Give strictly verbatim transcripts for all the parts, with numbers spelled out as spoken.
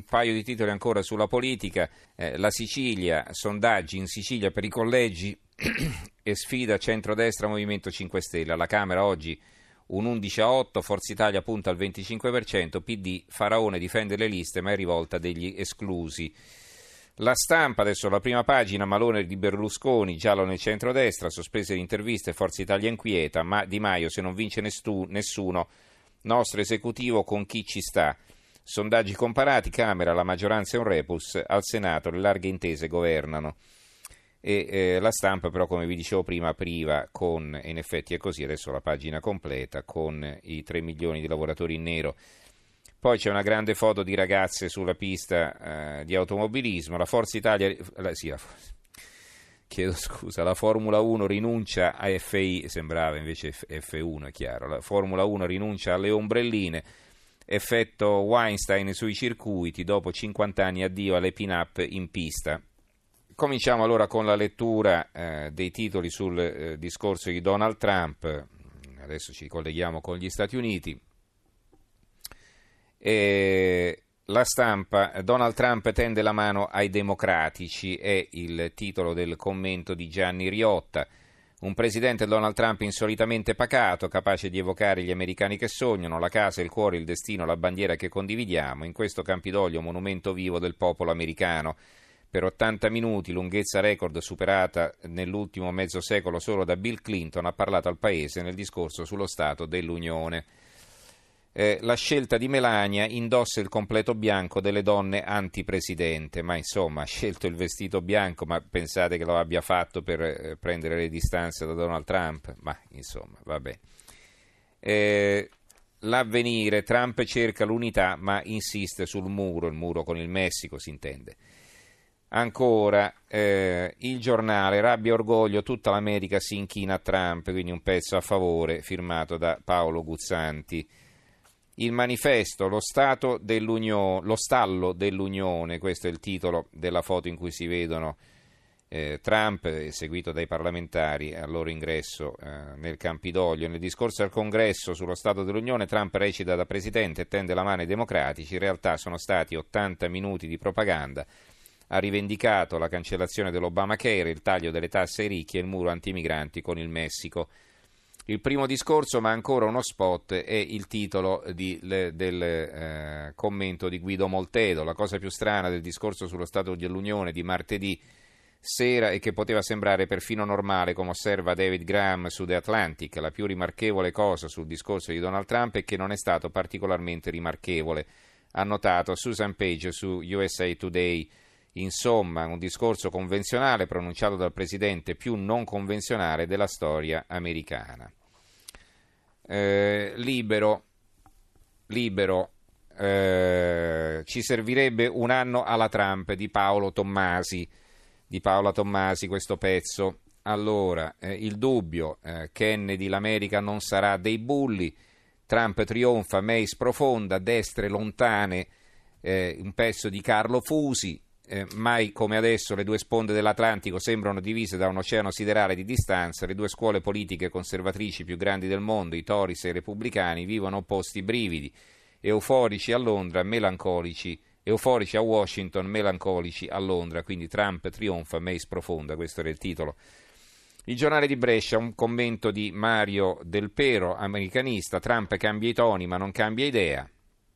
paio di titoli ancora sulla politica. Eh, la Sicilia, sondaggi in Sicilia per i collegi e sfida centrodestra Movimento cinque Stelle. Alla Camera oggi un undici a otto, Forza Italia punta al venticinque per cento, P D, Faraone difende le liste ma è rivolta degli esclusi. La Stampa, adesso la prima pagina, Malone di Berlusconi, giallo nel centrodestra, sospese le interviste, Forza Italia inquieta, ma Di Maio se non vince nestu- nessuno, nostro esecutivo con chi ci sta. Sondaggi comparati, Camera, la maggioranza è un rebus, al Senato le larghe intese governano. E eh, la Stampa però, come vi dicevo prima, priva con, e in effetti è così, adesso la pagina completa, con i tre milioni di lavoratori in nero. Poi c'è una grande foto di ragazze sulla pista eh, di automobilismo, la Forza Italia, la, sì, la, chiedo scusa, la Formula uno rinuncia a F I, sembrava invece F uno, è chiaro, la Formula uno rinuncia alle ombrelline, effetto Weinstein sui circuiti, dopo cinquanta anni addio alle pin-up in pista. Cominciamo allora con la lettura eh, dei titoli sul eh, discorso di Donald Trump. Adesso ci colleghiamo con gli Stati Uniti. E la Stampa, Donald Trump tende la mano ai democratici, è il titolo del commento di Gianni Riotta. Un presidente Donald Trump insolitamente pacato, capace di evocare gli americani che sognano, la casa, il cuore, il destino, la bandiera che condividiamo, in questo Campidoglio monumento vivo del popolo americano. Per ottanta minuti, lunghezza record superata nell'ultimo mezzo secolo solo da Bill Clinton, ha parlato al Paese nel discorso sullo Stato dell'Unione. Eh, la scelta di Melania, indossa il completo bianco delle donne antipresidente, ma insomma ha scelto il vestito bianco, ma pensate che lo abbia fatto per eh, prendere le distanze da Donald Trump? Ma insomma, vabbè. Eh, l'Avvenire, Trump cerca l'unità ma insiste sul muro, il muro con il Messico si intende. Ancora, eh, il Giornale, rabbia e orgoglio, tutta l'America si inchina a Trump, quindi un pezzo a favore firmato da Paolo Guzzanti. Il Manifesto, lo Stato dell'Unione, lo stallo dell'Unione, questo è il titolo della foto in cui si vedono eh, Trump, seguito dai parlamentari al loro ingresso eh, nel Campidoglio. Nel discorso al Congresso sullo Stato dell'Unione, Trump recita da presidente e tende la mano ai democratici, in realtà sono stati ottanta minuti di propaganda. Ha rivendicato la cancellazione dell'Obamacare, il taglio delle tasse ai ricchi e il muro antimigranti con il Messico. Il primo discorso, ma ancora uno spot, è il titolo di, le, del eh, commento di Guido Moltedo. La cosa più strana del discorso sullo Stato dell'Unione di martedì sera è che poteva sembrare perfino normale, come osserva David Graham su The Atlantic. La più rimarchevole cosa sul discorso di Donald Trump è che non è stato particolarmente rimarchevole, ha notato Susan Page su U S A Today. Insomma, un discorso convenzionale pronunciato dal presidente più non convenzionale della storia americana. Eh, libero, libero, eh, ci servirebbe un anno alla Trump di Paolo Tommasi, di Paola Tommasi questo pezzo. Allora, eh, il dubbio, eh, Kennedy, l'America non sarà dei bulli, Trump trionfa, May sprofonda, destre lontane, eh, un pezzo di Carlo Fusi. Eh, mai come adesso le due sponde dell'Atlantico sembrano divise da un oceano siderale di distanza, le due scuole politiche conservatrici più grandi del mondo, i Tories e i repubblicani, vivono opposti brividi, euforici a Londra, melancolici, euforici a Washington, melancolici a Londra, quindi Trump trionfa, May sprofonda, questo era il titolo. Il Giornale di Brescia, un commento di Mario Del Pero, americanista, Trump cambia i toni ma non cambia idea.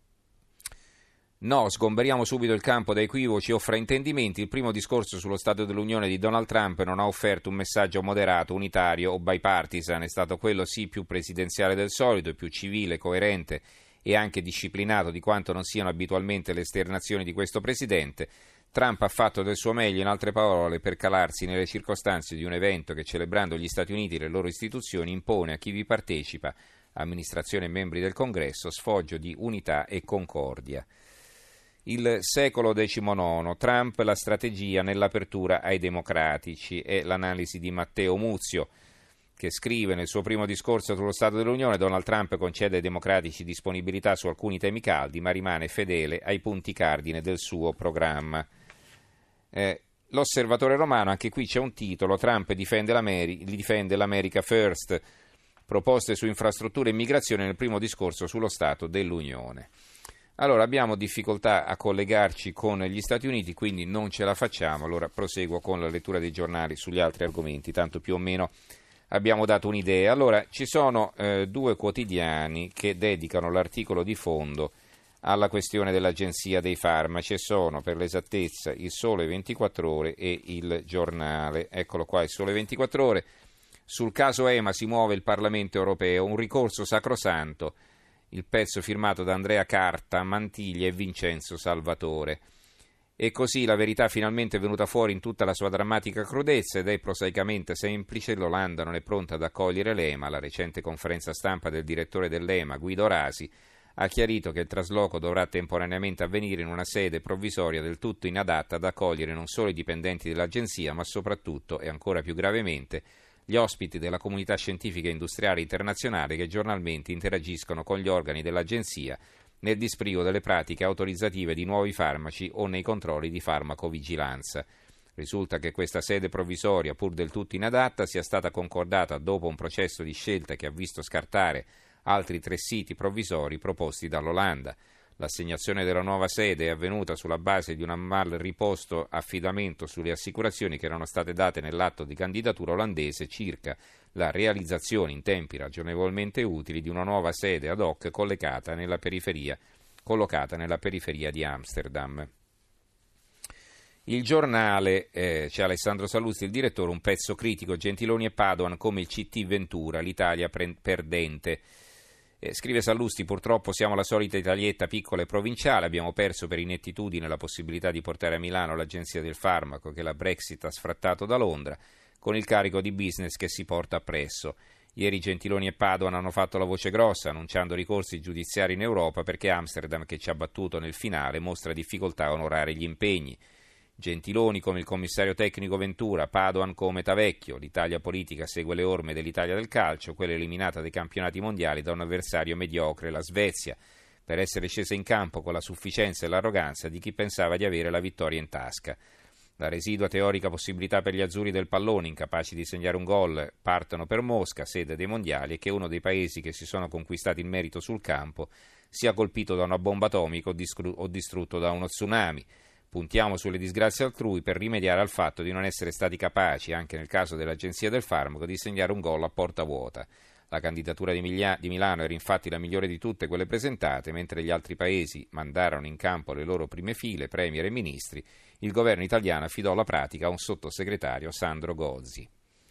No, sgomberiamo subito il campo da equivoci o fraintendimenti. Il primo discorso sullo Stato dell'Unione di Donald Trump non ha offerto un messaggio moderato, unitario o bipartisan. È stato quello sì più presidenziale del solito, più civile, coerente e anche disciplinato di quanto non siano abitualmente le esternazioni di questo presidente. Trump ha fatto del suo meglio, in altre parole, per calarsi nelle circostanze di un evento che, celebrando gli Stati Uniti e le loro istituzioni, impone a chi vi partecipa, amministrazione e membri del Congresso, sfoggio di unità e concordia. Il secolo diciannove, Trump, la strategia nell'apertura ai democratici, è l'analisi di Matteo Muzio, che scrive nel suo primo discorso sullo Stato dell'Unione: Donald Trump concede ai democratici disponibilità su alcuni temi caldi, ma rimane fedele ai punti cardine del suo programma. Eh, L'Osservatore Romano, anche qui c'è un titolo: Trump difende, l'Ameri- difende l'America First, proposte su infrastrutture e immigrazione nel primo discorso sullo Stato dell'Unione. Allora, abbiamo difficoltà a collegarci con gli Stati Uniti, quindi non ce la facciamo. Allora proseguo con la lettura dei giornali sugli altri argomenti, tanto più o meno abbiamo dato un'idea. Allora, ci sono eh, due quotidiani che dedicano l'articolo di fondo alla questione dell'Agenzia dei Farmaci e sono, per l'esattezza, il Sole ventiquattro Ore e il Giornale. Eccolo qua, il Sole ventiquattro Ore. Sul caso EMA si muove il Parlamento europeo, un ricorso sacrosanto. Il pezzo firmato da Andrea Carta, Mantiglia e Vincenzo Salvatore. E così la verità finalmente è venuta fuori in tutta la sua drammatica crudezza ed è prosaicamente semplice. L'Olanda non è pronta ad accogliere l'EMA. La recente conferenza stampa del direttore dell'EMA, Guido Rasi, ha chiarito che il trasloco dovrà temporaneamente avvenire in una sede provvisoria del tutto inadatta ad accogliere non solo i dipendenti dell'agenzia, ma soprattutto, e ancora più gravemente, gli ospiti della comunità scientifica e industriale internazionale che giornalmente interagiscono con gli organi dell'agenzia nel disbrigo delle pratiche autorizzative di nuovi farmaci o nei controlli di farmacovigilanza. Risulta che questa sede provvisoria, pur del tutto inadatta, sia stata concordata dopo un processo di scelta che ha visto scartare altri tre siti provvisori proposti dall'Olanda. L'assegnazione della nuova sede è avvenuta sulla base di un mal riposto affidamento sulle assicurazioni che erano state date nell'atto di candidatura olandese circa la realizzazione in tempi ragionevolmente utili di una nuova sede ad hoc collocata nella periferia, collocata nella periferia di Amsterdam. Il Giornale, eh, c'è Alessandro Sallusti, il direttore, un pezzo critico, Gentiloni e Padoan come il C T Ventura, l'Italia pre- perdente. Eh, scrive Sallusti, purtroppo siamo la solita Italietta piccola e provinciale, abbiamo perso per inettitudine la possibilità di portare a Milano l'agenzia del farmaco che la Brexit ha sfrattato da Londra, con il carico di business che si porta appresso. Ieri Gentiloni e Padoan hanno fatto la voce grossa annunciando ricorsi giudiziari in Europa perché Amsterdam, che ci ha battuto nel finale, mostra difficoltà a onorare gli impegni. Gentiloni come il commissario tecnico Ventura, Padoan come Tavecchio. L'Italia politica segue le orme dell'Italia del calcio, quella eliminata dai campionati mondiali da un avversario mediocre, la Svezia, per essere scesa in campo con la sufficienza e l'arroganza di chi pensava di avere la vittoria in tasca. La residua teorica possibilità per gli azzurri del pallone, incapaci di segnare un gol, partono per Mosca, sede dei mondiali, e che uno dei paesi che si sono conquistati il merito sul campo sia colpito da una bomba atomica o distrutto da uno tsunami. Puntiamo sulle disgrazie altrui per rimediare al fatto di non essere stati capaci, anche nel caso dell'Agenzia del Farmaco, di segnare un gol a porta vuota. La candidatura di, Miglia- di Milano era infatti la migliore di tutte quelle presentate, mentre gli altri paesi mandarono in campo le loro prime file, premier e ministri. Il governo italiano affidò la pratica a un sottosegretario, Sandro Gozzi.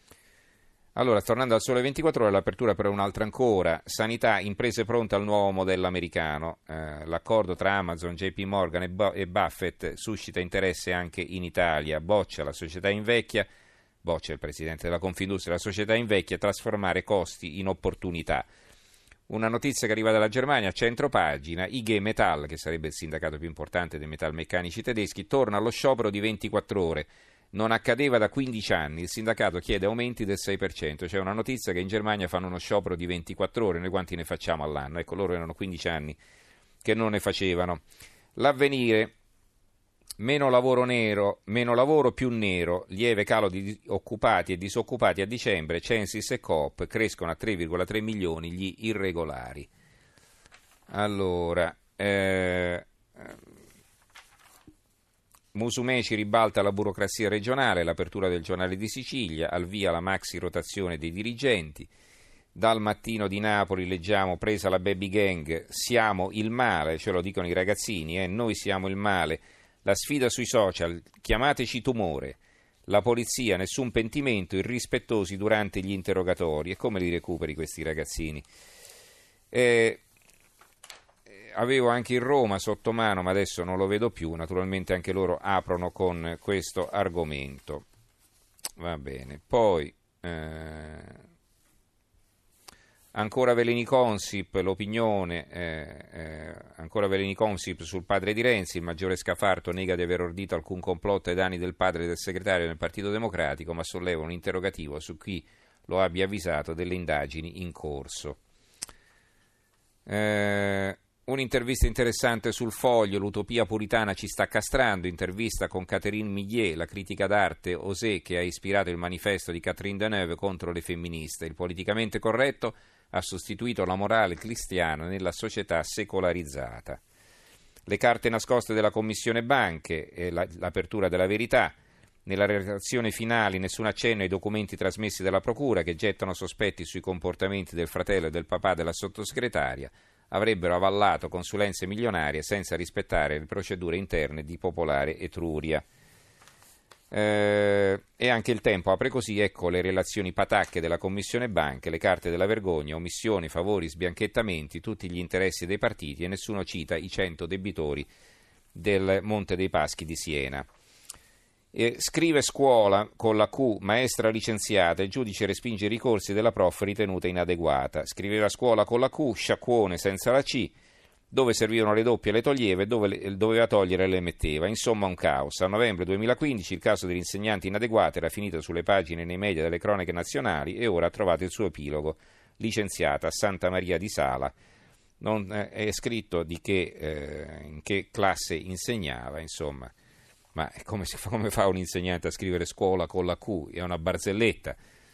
Allora, tornando al Sole ventiquattro Ore, l'apertura per un'altra ancora. Sanità, imprese pronte al nuovo modello americano. Eh, l'accordo tra Amazon, J P Morgan e, Bo- e Buffett suscita interesse anche in Italia. Boccia, la società invecchia. Boccia, il presidente della Confindustria, la società invecchia, trasformare costi in opportunità. Una notizia che arriva dalla Germania, centropagina, I G Metall, che sarebbe il sindacato più importante dei metalmeccanici tedeschi, torna allo sciopero di ventiquattro ore. Non accadeva da quindici anni, il sindacato chiede aumenti del sei per cento. C'è una notizia che in Germania fanno uno sciopero di ventiquattro ore, noi quanti ne facciamo all'anno? Ecco, loro erano quindici anni che non ne facevano. L'Avvenire, meno lavoro nero, meno lavoro più nero, lieve calo di occupati e disoccupati a dicembre, Censis e Coop crescono a tre virgola tre milioni gli irregolari. Allora, eh... Musumeci ribalta la burocrazia regionale, l'apertura del Giornale di Sicilia, al via la maxi rotazione dei dirigenti. Dal Mattino di Napoli leggiamo, presa la baby gang, siamo il male, ce lo dicono i ragazzini, eh, noi siamo il male. La sfida sui social, chiamateci tumore. La polizia, nessun pentimento, irrispettosi durante gli interrogatori. E come li recuperi questi ragazzini? Eh... Avevo anche in Roma sotto mano, ma adesso non lo vedo più. Naturalmente anche loro aprono con questo argomento. Va bene. Poi, eh, ancora Veleni Consip, l'opinione, eh, eh, ancora Veleni Consip sul padre di Renzi. Il maggiore Scafarto nega di aver ordito alcun complotto ai danni del padre del segretario del Partito Democratico, ma solleva un interrogativo su chi lo abbia avvisato delle indagini in corso. Eh... Un'intervista interessante sul Foglio, l'utopia puritana ci sta castrando, intervista con Catherine Millet, la critica d'arte Osé che ha ispirato il manifesto di Catherine Deneuve contro le femministe. Il politicamente corretto ha sostituito la morale cristiana nella società secolarizzata. Le carte nascoste della Commissione Banche, e la, l'apertura della Verità. Nella relazione finale nessun accenno ai documenti trasmessi dalla Procura che gettano sospetti sui comportamenti del fratello e del papà della sottosegretaria. Avrebbero avallato consulenze milionarie senza rispettare le procedure interne di Popolare Etruria. Eh, e anche Il Tempo apre così: ecco le relazioni patacche della Commissione Banche, le carte della vergogna, omissioni, favori, sbianchettamenti, tutti gli interessi dei partiti e nessuno cita i cento debitori del Monte dei Paschi di Siena. E scrive Scuola con la Q, maestra licenziata, il giudice respinge i ricorsi della prof ritenuta inadeguata. Scriveva Scuola con la Q, sciacquone senza la C, dove servivano le doppie le toglieva e dove le, doveva togliere le metteva. Insomma un caos. A novembre duemilaquindici il caso degli insegnanti inadeguati era finito sulle pagine nei media delle cronache nazionali e ora ha trovato il suo epilogo. Licenziata a Santa Maria di Sala. Non eh, è scritto di che, eh, in che classe insegnava, insomma. Ma come, si fa, come fa un insegnante a scrivere Scuola con la Q? È una barzelletta.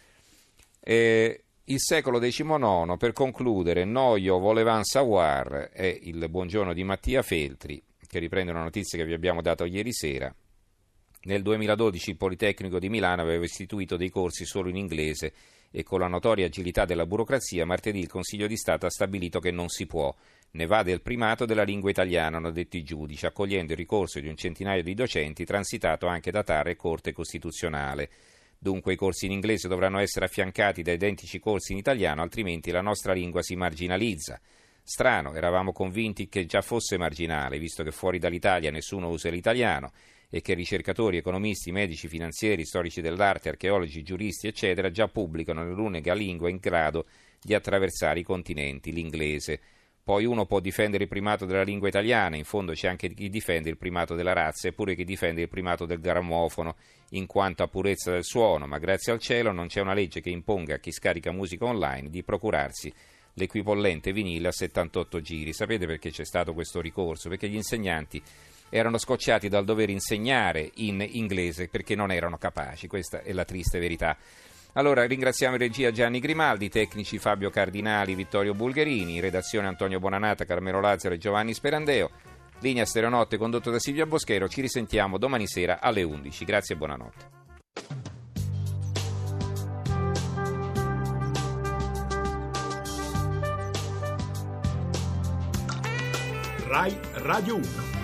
Eh, il secolo diciannove, per concludere, Noio volevan savoir, è il buongiorno di Mattia Feltri, che riprende una notizia che vi abbiamo dato ieri sera. Nel duemiladodici il Politecnico di Milano aveva istituito dei corsi solo in inglese e con la notoria agilità della burocrazia martedì il Consiglio di Stato ha stabilito che non si può. Ne va del primato della lingua italiana, hanno detto i giudici, accogliendo il ricorso di un centinaio di docenti transitato anche da T A R e Corte Costituzionale. Dunque i corsi in inglese dovranno essere affiancati da identici corsi in italiano, altrimenti la nostra lingua si marginalizza. Strano, eravamo convinti che già fosse marginale, visto che fuori dall'Italia nessuno usa l'italiano e che ricercatori, economisti, medici, finanzieri, storici dell'arte, archeologi, giuristi, eccetera, già pubblicano nell'unica lingua in grado di attraversare i continenti, l'inglese. Poi uno può difendere il primato della lingua italiana, in fondo c'è anche chi difende il primato della razza e pure chi difende il primato del grammofono in quanto a purezza del suono, ma grazie al cielo non c'è una legge che imponga a chi scarica musica online di procurarsi l'equipollente vinile a settantotto giri. Sapete perché c'è stato questo ricorso? Perché gli insegnanti erano scocciati dal dover insegnare in inglese perché non erano capaci, questa è la triste verità. Allora ringraziamo in regia Gianni Grimaldi, tecnici Fabio Cardinali, Vittorio Bulgherini, redazione Antonio Bonanata, Carmelo Lazzaro e Giovanni Sperandeo, linea Stereonotte condotto da Silvia Boschero. Ci risentiamo domani sera alle undici. Grazie e buonanotte. Rai Radio uno.